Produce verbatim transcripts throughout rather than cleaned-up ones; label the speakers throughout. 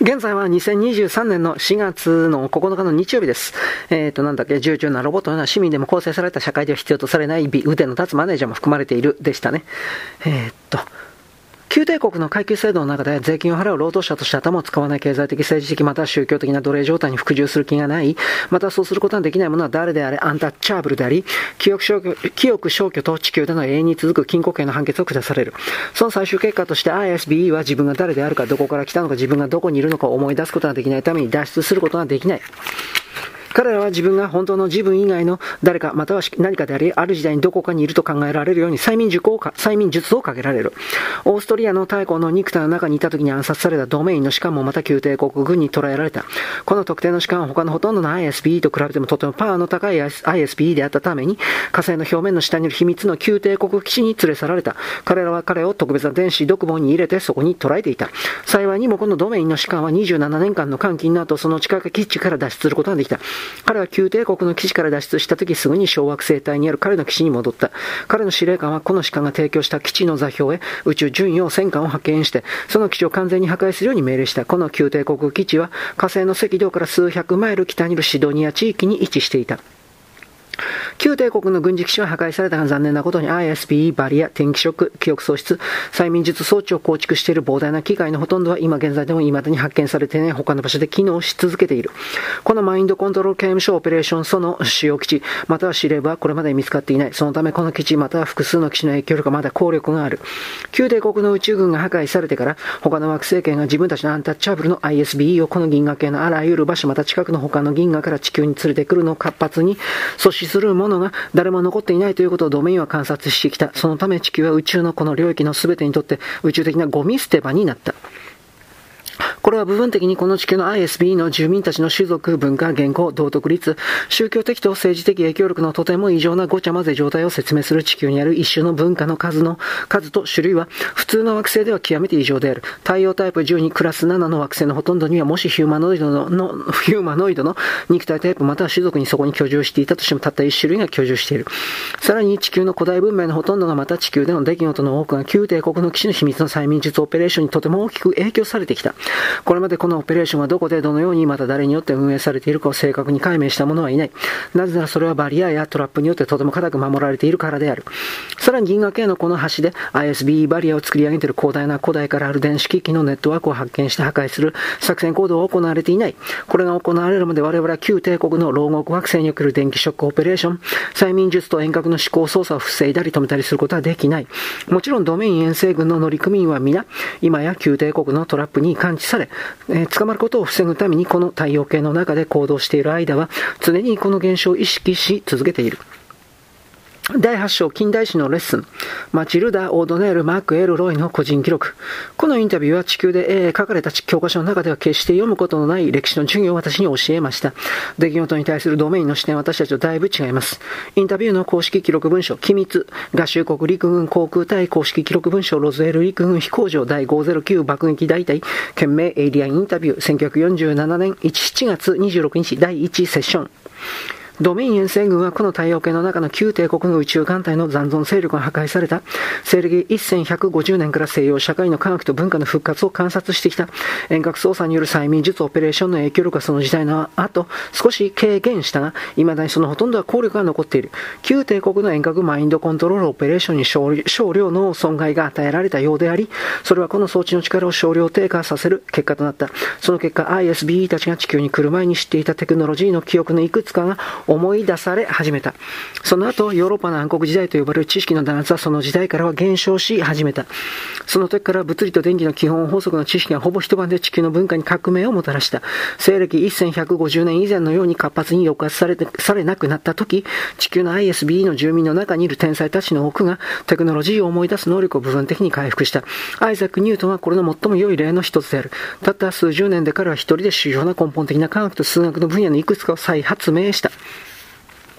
Speaker 1: 現在はにせんにじゅうさんねんのしがつのここのかの日曜日です。えっと、なんだっけ、従順なロボットのような市民でも構成された社会では必要とされない腕の立つマネージャーも含まれているでしたね。えっと、旧帝国の階級制度の中で税金を払う労働者として頭を使わない経済的、政治的または宗教的な奴隷状態に服従する気がない、またそうすることができない者は誰であれアンタッチャーブルであり、記憶消去、記憶消去と地球での永遠に続く禁錮刑の判決を下される。その最終結果として アイエスビーイー は自分が誰であるか、どこから来たのか、自分がどこにいるのかを思い出すことができないために脱出することができない。彼らは自分が本当の自分以外の誰かまたは何かであり、ある時代にどこかにいると考えられるように催眠術をか、催眠術をかけられる。オーストリアの太古の肉体の中にいた時に暗殺されたドメインの士官もまた旧帝国軍に捕らえられた。この特定の士官は他のほとんどの アイエスビーイー と比べてもとてもパワーの高い アイエスビーイー であったために、火星の表面の下にいる秘密の旧帝国基地に連れ去られた。彼らは彼を特別な電子独房に入れてそこに捕らえていた。幸いにもこのドメインの士官はにじゅうななねんかんの監禁の後、その近く基地から脱出することができた。彼は旧帝国の基地から脱出した時すぐに小惑星帯にある彼の基地に戻った。彼の司令官はこの士官が提供した基地の座標へ宇宙巡洋戦艦を派遣して、その基地を完全に破壊するように命令した。この旧帝国基地は火星の赤道から数百マイル北にいるシドニア地域に位置していた。旧帝国の軍事基地は破壊されたが残念なことに アイエスビーイー、バリア、電気ショック、記憶喪失、催眠術装置を構築している膨大な機械のほとんどは今現在でも未だに発見されていない他の場所で機能し続けている。このマインドコントロール刑務所オペレーションその主要基地、または司令部はこれまで見つかっていない。そのためこの基地または複数の基地の影響力はまだ効力がある。旧帝国の宇宙軍が破壊されてから他の惑星圏が自分たちのアンタッチャブルの アイエスビーイー をこの銀河系のあらゆる場所また近くの他の銀河から地球に連れてくるのを活発に阻止するものが誰も残っていないということをドメインは観察してきた。そのため地球は宇宙のこの領域の全てにとって宇宙的なゴミ捨て場になった。これは部分的にこの地球の アイエスビーイー の住民たちの種族、文化、言語、道徳率、宗教的と政治的影響力のとても異常なごちゃ混ぜ状態を説明する地球にある一種の文化の数の数と種類は普通の惑星では極めて異常である。太陽タイプじゅうにクラスななの惑星のほとんどにはもしヒューマノイドの、のヒューマノイドの肉体タイプまたは種族にそこに居住していたとしてもたったいち種類が居住している。さらに地球の古代文明のほとんどがまた地球での出来事の多くが旧帝国の基地の秘密の催眠術オペレーションにとても大きく影響されてきた。これまでこのオペレーションはどこでどのようにまた誰によって運営されているかを正確に解明した者はいない。なぜならそれはバリアやトラップによってとても固く守られているからである。さらに銀河系のこの端で アイエスビーイー バリアを作り上げている広大な古代からある電子機器のネットワークを発見して破壊する作戦行動は行われていない。これが行われるまで我々は旧帝国の牢獄惑星における電気ショックオペレーション、催眠術と遠隔の思考操作を防いだり止めたりすることはできない。もちろんドメイン遠征軍の乗組員は皆今や旧帝国のトラップに感知され、えー、捕まることを防ぐためにこの太陽系の中で行動している間は常にこの現象を意識し続けている。だいはち章近代史のレッスン。マチルダ・オードネール・マーク・エル・ロイの個人記録。このインタビューは地球で、えー、書かれた教科書の中では決して読むことのない歴史の授業を私に教えました。出来事に対するドメインの視点は私たちとだいぶ違います。インタビューの公式記録文書、機密、合衆国陸軍航空隊公式記録文書、ロズウェル陸軍飛行場だいごひゃくきゅう爆撃大隊、懸命エイリアンインタビュー、せんきゅうひゃくよんじゅうななねんしちがつにじゅうろくにちだいいちセッション。ドメイン遠征軍はこの太陽系の中の旧帝国の宇宙艦隊の残存勢力が破壊された西暦せんひゃくごじゅうねんから西洋社会の科学と文化の復活を観察してきた。遠隔操作による催眠術オペレーションの影響力はその時代の後少し軽減したが未だにそのほとんどは効力が残っている。旧帝国の遠隔マインドコントロールオペレーションに 少, 少量の損害が与えられたようであり、それはこの装置の力を少量低下させる結果となった。その結果 アイエスビーイー たちが地球に来る前に知っていたテクノロジーの記憶のいくつかが思い出され始めた。その後ヨーロッパの暗黒時代と呼ばれる知識の弾圧はその時代からは減少し始めた。その時から物理と電気の基本法則の知識がほぼ一晩で地球の文化に革命をもたらした。西暦せんひゃくごじゅうねん以前のように活発に抑圧されてされなくなった時、地球の アイエスビーイー の住民の中にいる天才たちの多くがテクノロジーを思い出す能力を部分的に回復した。アイザック・ニュートンはこれの最も良い例の一つである。たった数十年で彼は一人で主要な根本的な科学と数学の分野のいくつかを再発明した。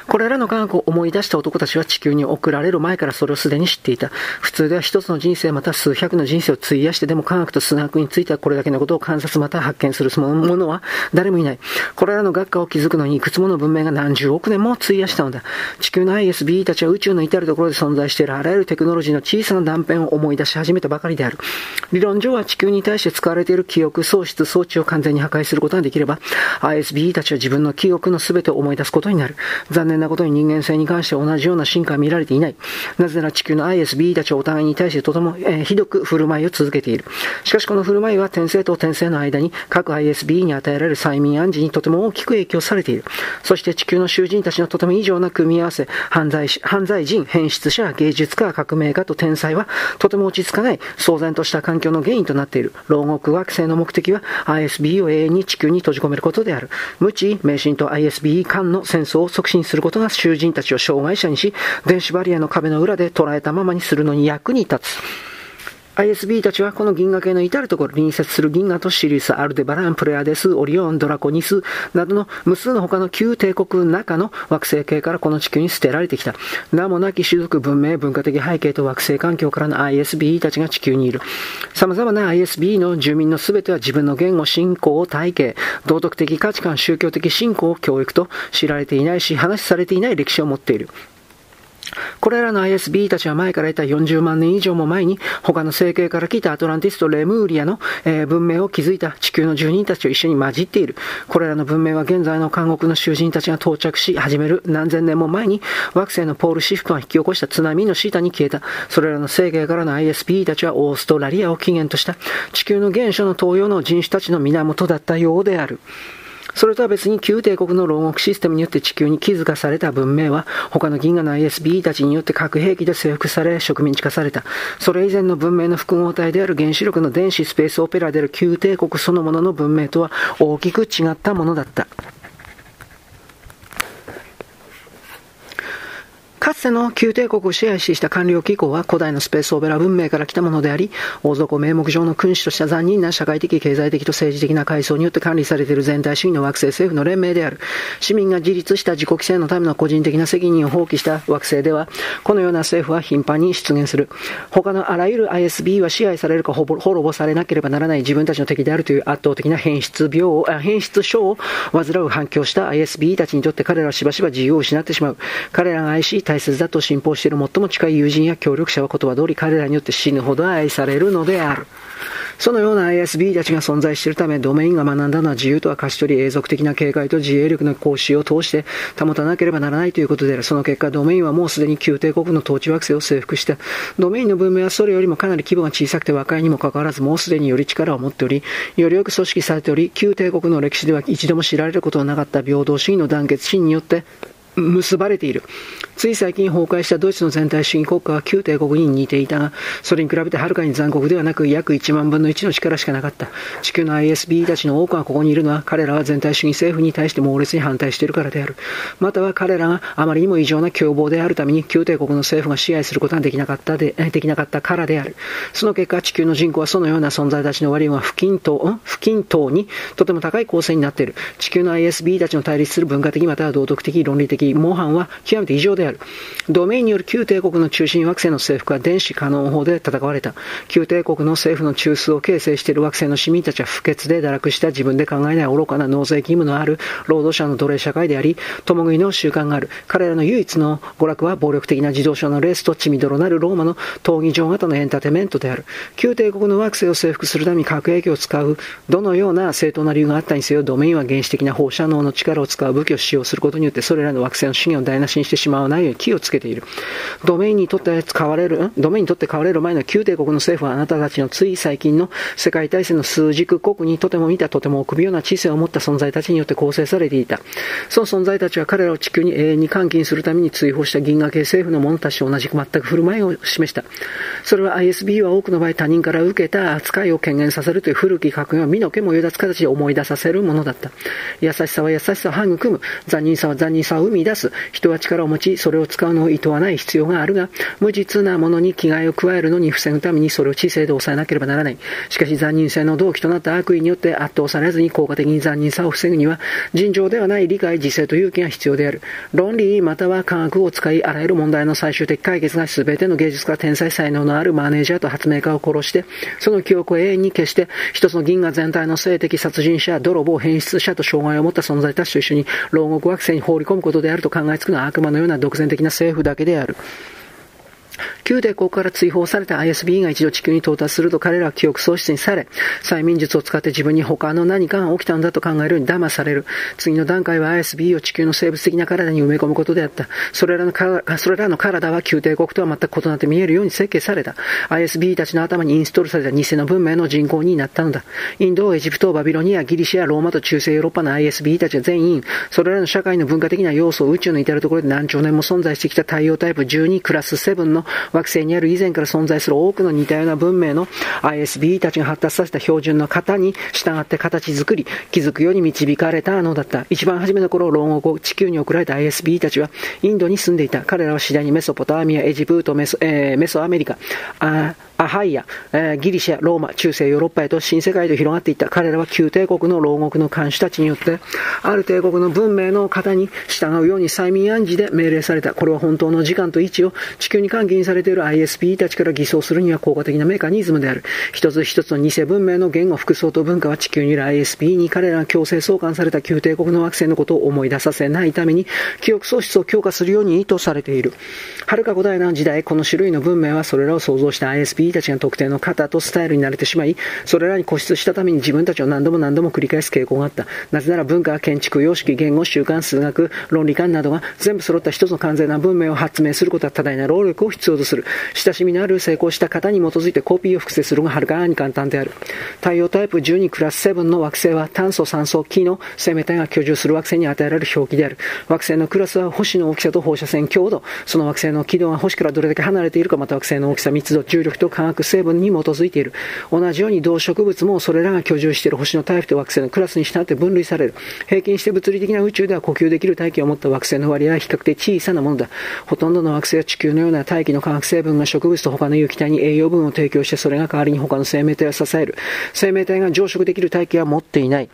Speaker 1: これらの科学を思い出した男たちは地球に送られる前からそれをすでに知っていた。普通では一つの人生また数百の人生を費やしてでも科学と数学についてはこれだけのことを観察また発見するものは誰もいない。これらの学科を築くのにいくつもの文明が何十億年も費やしたのだ。地球の アイエスビー たちは宇宙の至るところで存在しているあらゆるテクノロジーの小さな断片を思い出し始めたばかりである。理論上は地球に対して使われている記憶喪失装置を完全に破壊することができれば アイエスビー たちは自分の記憶の全てを思い出すことになる。残念なことに人間性に関して同じような進化は見られていない。なぜなら地球の アイエスビー たちはお互いに対してとても、えー、ひどく振る舞いを続けている。しかしこの振る舞いは転生と転生の間に各 アイエスビー に与えられる催眠暗示にとても大きく影響されている。そして地球の囚人たちのとても異常な組み合わせ、犯罪犯罪人、変質者、芸術家、革命家と天才はとても落ち着かない騒然とした環境の原因となっている。牢獄惑星の目的は アイエスビー を永遠に地球に閉じ込めることである。無知、迷信と アイエスビー 間の戦争を促進することが囚人たちを障害者にし、電子バリアの壁の裏で捉えたままにするのに役に立つ。アイエスビー たちはこの銀河系の至るところ隣接する銀河とシリウス、アルデバラン、プレアデス、オリオン、ドラコニスなどの無数の他の旧帝国の中の惑星系からこの地球に捨てられてきた。名もなき種族、文明、文化的背景と惑星環境からの アイエスビー たちが地球にいる。様々な アイエスビー の住民のすべては自分の言語、信仰、体系、道徳的価値観、宗教的信仰、教育と知られていないし、話されていない歴史を持っている。これらの アイエスビー たちは前からいたよんじゅうまんねん以上も前に他の星系から来たアトランティスとレムーリアの、えー、文明を築いた地球の住人たちと一緒に混じっている。これらの文明は現在の監獄の囚人たちが到着し始める何千年も前に惑星のポールシフトが引き起こした津波の下に消えた。それらの星系からの アイエスビー たちはオーストラリアを起源とした地球の原初の東洋の人種たちの源だったようである。それとは別に旧帝国の牢獄システムによって地球に築かされた文明は他の銀河の アイエスビー たちによって核兵器で征服され植民地化された。それ以前の文明の複合体である原子力の電子スペースオペラである旧帝国そのものの文明とは大きく違ったものだった。かつての旧帝国を支配した官僚機構は古代のスペースオペラ文明から来たものであり、王族を名目上の君主とした残忍な社会的、経済的と政治的な階層によって管理されている全体主義の惑星政府の連盟である。市民が自立した自己規制のための個人的な責任を放棄した惑星では、このような政府は頻繁に出現する。他のあらゆる アイエスビー は支配されるか滅ぼされなければならない自分たちの敵であるという圧倒的な変質病を、変質症を患う反響した アイエスビー たちにとって彼らはしばしば自由を失ってしまう。彼らが愛し、大切だと信奉している最も近い友人や協力者は言葉通り彼らによって死ぬほど愛されるのである。そのような アイエスビー たちが存在しているため、ドメインが学んだのは自由とは貸し取り永続的な警戒と自衛力の行使を通して保たなければならないということである。その結果、ドメインはもうすでに旧帝国の統治惑星を征服した。ドメインの文明はそれよりもかなり規模が小さくて若いにもかかわらず、もうすでにより力を持っており、よりよく組織されており、旧帝国の歴史では一度も知られることはなかった平等主義の団結心によって結ばれている。つい最近崩壊したドイツの全体主義国家は旧帝国に似ていたが、それに比べてはるかに残酷ではなく約いちまんぶんのいちの力しかなかった。地球の アイエスビー たちの多くがここにいるのは、彼らは全体主義政府に対して猛烈に反対しているからである。または彼らがあまりにも異常な凶暴であるために旧帝国の政府が支配することができなかったで、できなかったからである。その結果、地球の人口はそのような存在たちの割合は不均等、不均等にとても高い構成になっている。地球の アイエスビー たちの対立する文化的または道徳的、論理的模範は極めて異常である。ドメインによる旧帝国の中心惑星の征服は電子カノン砲で戦われた。旧帝国の政府の中枢を形成している惑星の市民たちは不潔で堕落した自分で考えない愚かな納税義務のある労働者の奴隷社会であり、共食いの習慣がある。彼らの唯一の娯楽は暴力的な自動車のレースと血みどろなるローマの闘技場型のエンターテインメントである。旧帝国の惑星を征服するために核兵器を使うどのような正当な理由があったにせよ、ドメインは原始的な放射能の力を使う武器を使用することによってそれらの惑星の資源を台無しにしてしまわないように気をつけている。ドメインにとって使われる、ドメインにとって買われる前の旧帝国の政府はあなたたちのつい最近の世界大戦の枢軸国にとても似たとても臆病な知性を持った存在たちによって構成されていた。その存在たちは彼らを地球に永遠に監禁するために追放した銀河系政府の者たちと同じく全く振る舞いを示した。それは アイエスビー は多くの場合他人から受けた扱いを権限させるという古き格言を身の毛もよだつ形で思い出させるものだった。優しさは優しさを育む、残忍さは残忍さを生み出す。人は力を持ち、 それを使うのを厭わない必要があるが、無実なものに危害を加えるのに防ぐためにそれを知性で抑えなければならない。しかし残忍性の動機となった悪意によって圧倒されずに効果的に残忍さを防ぐには、尋常ではない理解、自制と勇気が必要である。論理または科学を使い、あらゆる問題の最終的解決が全ての芸術家、天才才能のあるマネージャーと発明家を殺して、その記憶を永遠に消して、一つの銀河全体の性的殺人者、泥棒、変質者と障害を持った存在たちと一緒に牢獄惑星に放り込むことであると考えつくのは悪魔のような独善的な政府だけである。旧帝国から追放された アイエスビー が一度地球に到達すると彼らは記憶喪失にされ、催眠術を使って自分に他の何かが起きたんだと考えるように騙される。次の段階は アイエスビー を地球の生物的な体に埋め込むことであった。それらのか、それらの体は旧帝国とは全く異なって見えるように設計された。アイエスビー たちの頭にインストールされた偽の文明の人口になったのだ。インド、エジプト、バビロニア、ギリシア、ローマと中世ヨーロッパの アイエスビー たちは全員、それらの社会の文化的な要素を宇宙の至るところで何兆年も存在してきた太陽タイプじゅうにクラスななの惑星にある以前から存在する多くの似たような文明の アイエスビー たちが発達させた標準の型に従って形作り、築くように導かれたのだった。一番初めの頃、牢獄を地球に送られた アイエスビー たちはインドに住んでいた。彼らは次第にメソポタミア、エジプト、メソ、えー、メソアメリカ、あアハイア、えー、ギリシア、ローマ、中世ヨーロッパへと新世界と広がっていった。彼らは旧帝国の牢獄の看守たちによってある帝国の文明の型に従うように催眠暗示で命令された。これは本当の時間と位置を地球に監禁されている アイエスビー たちから偽装するには効果的なメカニズムである。一つ一つの偽文明の言語、服装と文化は地球にいる アイエスビー に彼らが強制送還された旧帝国の惑星のことを思い出させないために記憶喪失を強化するように意図されている。はるか古代な時代、この種類の文明はそれらを創造した アイエスビー たちが特定の型とスタイルに慣れてしまい、それらに固執したために自分たちを何度も何度も繰り返す傾向があった。なぜなら文化、建築、様式、言語、習慣、数学、論理観などが全部揃った一つの完全な文明を発明することは多大な労力を必要とする。親しみのある成功した型に基づいてコピーを複製するがはるかに簡単である。太陽タイプじゅうにクラスななの惑星は炭素、酸素、木の生命体が居住する惑星に与えられる表記である。惑星のクラスは星の大きさと放射線強度、その惑星の軌道が星からどれだけ離れているか、また惑星の大きさ、密度、重力と化学成分に基づいている。同じように動植物もそれらが居住している星のタイプと惑星のクラスに従って分類される。平均して物理的な宇宙では呼吸できる大気を持った惑星の割合は比較的小さなものだ。ほとんどの惑星は地球のような大気の化学成分が植物と他の有機体に栄養分を提供して、それが代わりに他の生命体を支える。生命体が増殖できる大気は持っていない。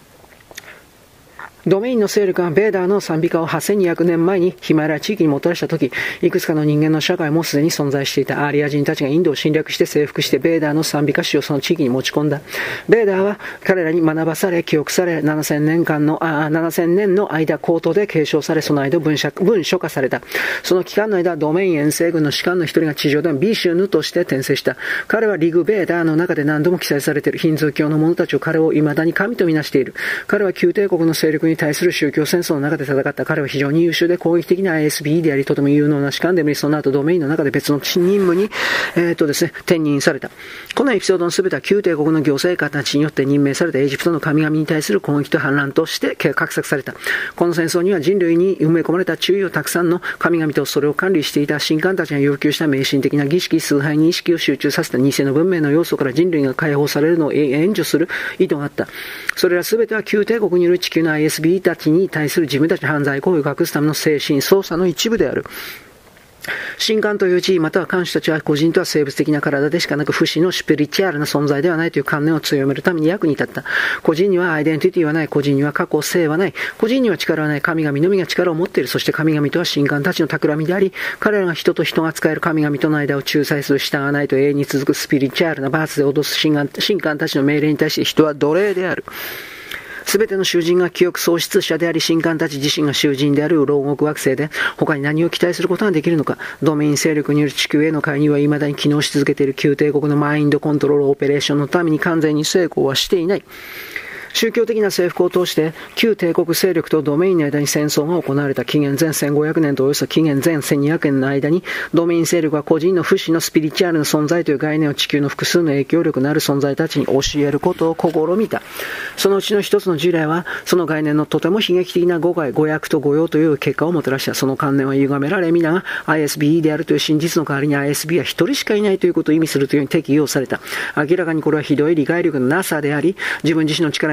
Speaker 1: ドメインの勢力がベーダーの賛美歌をはっせんにひゃくねんまえにヒマラヤ地域にもたらしたとき、いくつかの人間の社会もすでに存在していた。アーリア人たちがインドを侵略して征服してベーダーの賛美歌詩をその地域に持ち込んだ。ベーダーは彼らに学ばされ、記憶され、ななせんねんかんの、あ、ななせんねんの間、口頭で継承され、その間文書、文書化された。その期間の間、ドメイン遠征軍の士官の一人が地上でビシュヌとして転生した。彼はリグベーダーの中で何度も記載されている。ヒンズー教の者たちを彼を未だに神とみなしている。彼は旧帝国の勢力に対する宗教戦争の中で戦った。彼は非常に優秀で攻撃的な アイエスビー であり、とても有能な士官であり、その後ドメインの中で別の任務に、えーとですね、転任された。このエピソードの全ては旧帝国の行政官たちによって任命されたエジプトの神々に対する攻撃と反乱として画策された。この戦争には人類に埋め込まれた注意をたくさんの神々とそれを管理していた神官たちが要求した迷信的な儀式、崇拝に意識を集中させた偽の文明の要素から人類が解放されるのを援助する意図があった。それら全ては旧帝国による地球の アイエスビー たちに対する自分たちの犯罪行為を隠すための精神操作の一部である。神官という地位または看守たちは個人とは生物的な体でしかなく不死のスピリチュアルな存在ではないという観念を強めるために役に立った。個人にはアイデンティティはない。個人には過去性はない。個人には力はない。神々のみが力を持っている。そして神々とは神官たちの企みであり、彼らが人と人が使える神々との間を仲裁する従わないと永遠に続くスピリチュアルなバースで脅す神官、神官たちの命令に対して人は奴隷である。すべての囚人が記憶喪失者であり、神官たち自身が囚人である牢獄惑星で他に何を期待することができるのか。ドメイン勢力による地球への介入は未だに機能し続けている旧帝国のマインドコントロールオペレーションのために完全に成功はしていない。宗教的な征服を通して旧帝国勢力とドメインの間に戦争が行われた。紀元前せんごひゃくねんとおよそ紀元前せんにひゃくねんの間にドメイン勢力は個人の不死のスピリチュアルな存在という概念を地球の複数の影響力のある存在たちに教えることを試みた。そのうちの一つの事例はその概念のとても悲劇的な誤解、誤訳と誤用という結果をもたらした。その観念は歪められ、皆が アイエスビー であるという真実の代わりに アイエスビー は一人しかいないということを意味するというように適用された。明らかにこれはひどい理解力のなさであり、自分自身の力に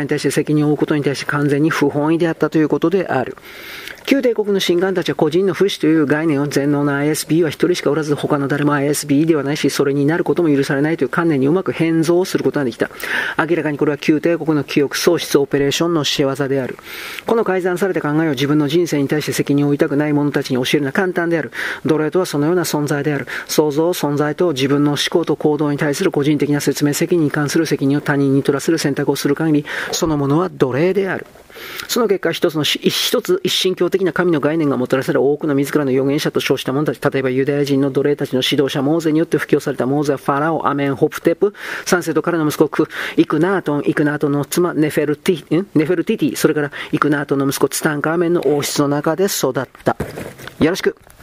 Speaker 1: に対して責任を負うことに対して完全に不本意であったということである。旧帝国の神官たちは個人の不死という概念を全能な アイエスビー は一人しかおらず他の誰も アイエスビー ではないしそれになることも許されないという観念にうまく変造することができた。明らかにこれは旧帝国の記憶喪失オペレーションの仕業である。この改ざんされた考えを自分の人生に対して責任を負いたくない者たちに教えるのは簡単である。奴隷とはそのような存在である。創造、存在と自分の思考と行動に対する個人的な説明責任に関する責任を他人に取らせる選択をする限りそのものは奴隷である。その結果一つの一つ一神教的な神の概念がもたらされ多くの自らの預言者と称した者たち、例えばユダヤ人の奴隷たちの指導者モーゼによって布教されたモーゼはファラオ、アメン、ホプテプ、三世と彼の息子ク、イクナートン、イクナートンの妻ネフェルティ、ネフェルティティ、それからイクナートンの息子ツタンカーメンの王室の中で育った。よろしく。